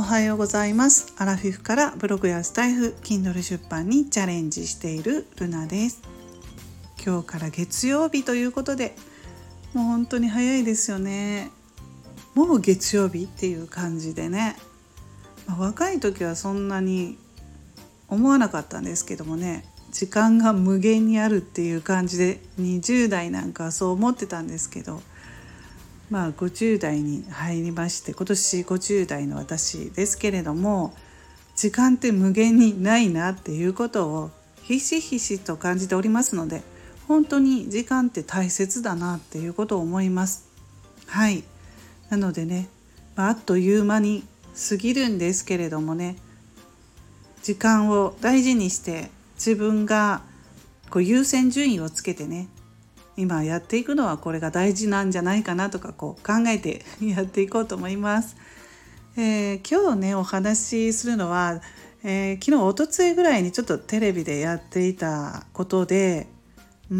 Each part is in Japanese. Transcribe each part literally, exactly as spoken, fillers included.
はようございます。アラフィフからブログやスタイフ、Kindle 出版にチャレンジしているルナです。今日から月曜日ということで、もう本当に早いですよね。もう月曜日っていう感じでね、まあ、若い時はそんなに思わなかったんですけどもね、時間が無限にあるっていう感じで、にじゅう代なんかはそう思ってたんですけど、まあごじゅう代に入りまして、今年ごじゅう代の私ですけれども、時間って無限にないなっていうことをひしひしと感じておりますので、本当に時間って大切だなっていうことを思います。はい。なのでね、まあ、あっという間に過ぎるんですけれどもね、時間を大事にして自分がこう優先順位をつけてね、今やっていくのはこれが大事なんじゃないかなとかこう考えてやっていこうと思います。えー、今日ねお話しするのは、えー、昨日おとついぐらいにちょっとテレビでやっていたことで、うん、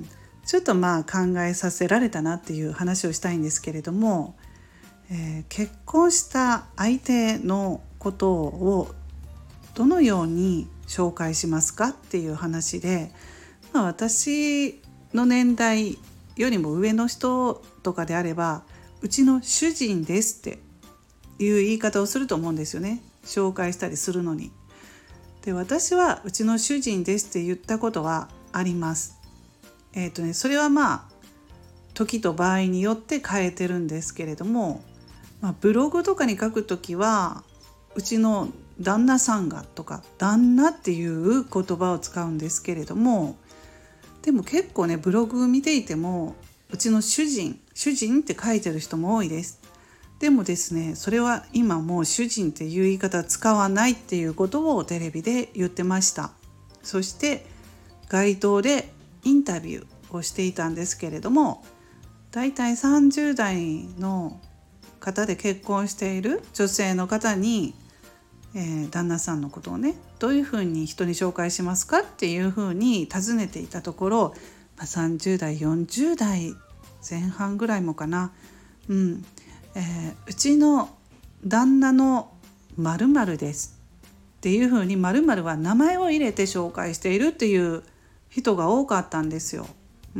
ちょっとまあ考えさせられたなっていう話をしたいんですけれども、えー、結婚した相手のことをどのように紹介しますかっていう話で、まあ、私の年代よりも上の人とかであれば、うちの主人ですっていう言い方をすると思うんですよね。紹介したりするのに。で、私はうちの主人ですって言ったことはあります。えっとね、それはまあ時と場合によって変えてるんですけれども、まあ、ブログとかに書くときはうちの旦那さんがとか旦那っていう言葉を使うんですけれども、でも結構ねブログ見ていてもうちの主人主人って書いてる人も多いです。でもですね、それは今もう主人っていう言い方使わないっていうことをテレビで言ってました。そして街頭でインタビューをしていたんですけれども、だいたいさんじゅう代の方で結婚している女性の方に、えー、旦那さんのことをねどういうふうに人に紹介しますかっていうふうに尋ねていたところ、まあ、さんじゅう代よんじゅう代前半ぐらいもかな、うんえー、うちの旦那の〇〇ですっていうふうに〇〇は名前を入れて紹介しているっていう人が多かったんですよ。うん、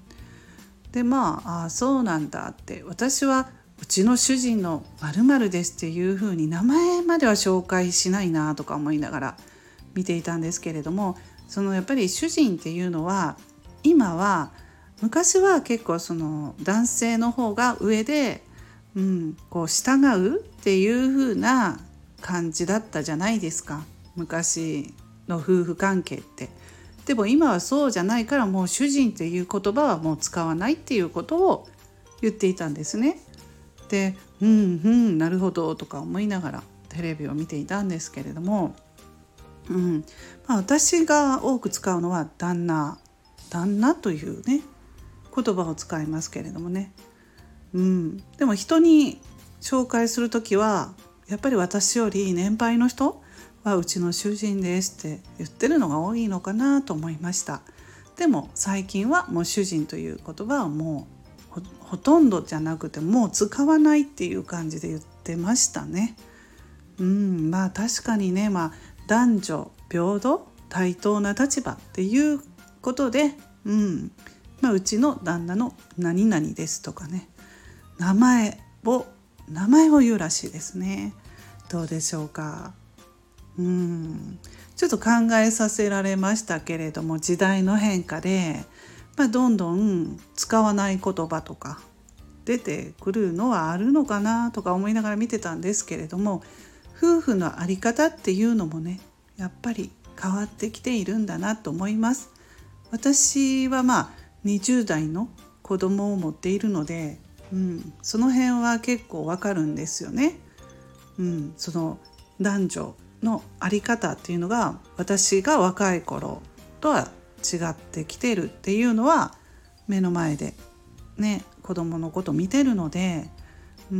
でまあ、あそうなんだって、私はうちの主人の〇〇ですっていう風に名前までは紹介しないなとか思いながら見ていたんですけれども、そのやっぱり主人っていうのは今は、昔は結構その男性の方が上で、うん、こう従うっていう風な感じだったじゃないですか、昔の夫婦関係って。でも今はそうじゃないから、もう主人っていう言葉はもう使わないっていうことを言っていたんですね。で、うんうんなるほどとか思いながらテレビを見ていたんですけれども、うんまあ、私が多く使うのは旦那旦那というね言葉を使いますけれどもね、うん、でも人に紹介するときはやっぱり私より年配の人はうちの主人ですって言ってるのが多いのかなと思いました。でも最近はもう主人という言葉はもう ほ, ほとんどじゃなくてもう使わないっていう感じで言ってましたね。うんまあ確かにね、まあ、男女平等対等な立場っていうことで、うんまあ、うちの旦那の何々ですとかね、名前を名前を言うらしいですね。どうでしょうか。うんちょっと考えさせられましたけれども、時代の変化で、まあ、どんどん使わない言葉とか出てくるのはあるのかなとか思いながら見てたんですけれども、夫婦の在り方っていうのもねやっぱり変わってきているんだなと思います。私はまあにじゅう代の子供を持っているので、うん、その辺は結構わかるんですよね。うん、その男女のあり方っていうのが私が若い頃とは違ってきてるっていうのは目の前でね子供のこと見てるので、うん、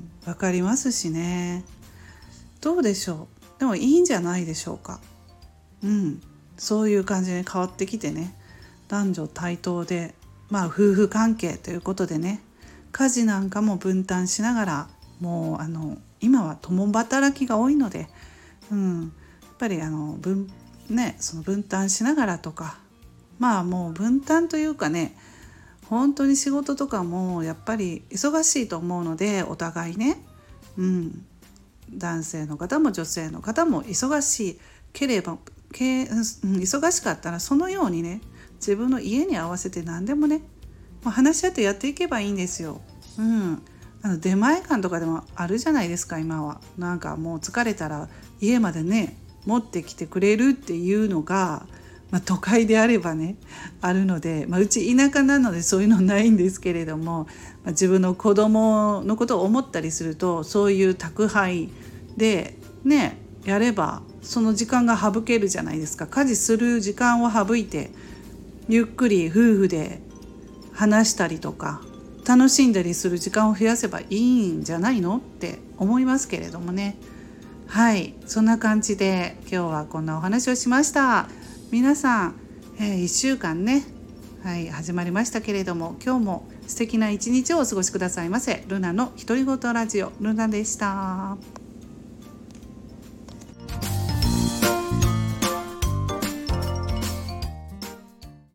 分かりますしね。どうでしょう。でもいいんじゃないでしょうか。うん、そういう感じで変わってきてね、男女対等で、まあ夫婦関係ということでね、家事なんかも分担しながら、もうあの今は共働きが多いので、うん、やっぱりあの分、ね、その分担しながらとか、まあもう分担というかね、本当に仕事とかもやっぱり忙しいと思うので、お互いね、うん、男性の方も女性の方も忙しければけ、うん、忙しかったらそのようにね、自分の家に合わせて何でもね、まあ、話し合ってやっていけばいいんですよ。うん、あの出前館とかでもあるじゃないですか。今はなんかもう疲れたら家までね持ってきてくれるっていうのが、まあ、都会であればねあるので、まあ、うち田舎なのでそういうのないんですけれども、まあ、自分の子供のことを思ったりすると、そういう宅配でねやればその時間が省けるじゃないですか。家事する時間を省いて、ゆっくり夫婦で話したりとか楽しんだりする時間を増やせばいいんじゃないのって思いますけれどもね。はい、そんな感じで今日はこんなお話をしました。皆さん、えー、いっしゅうかんね、はい、始まりましたけれども、今日も素敵な一日をお過ごしくださいませ。ルナの独り言ラジオ、ルナでした。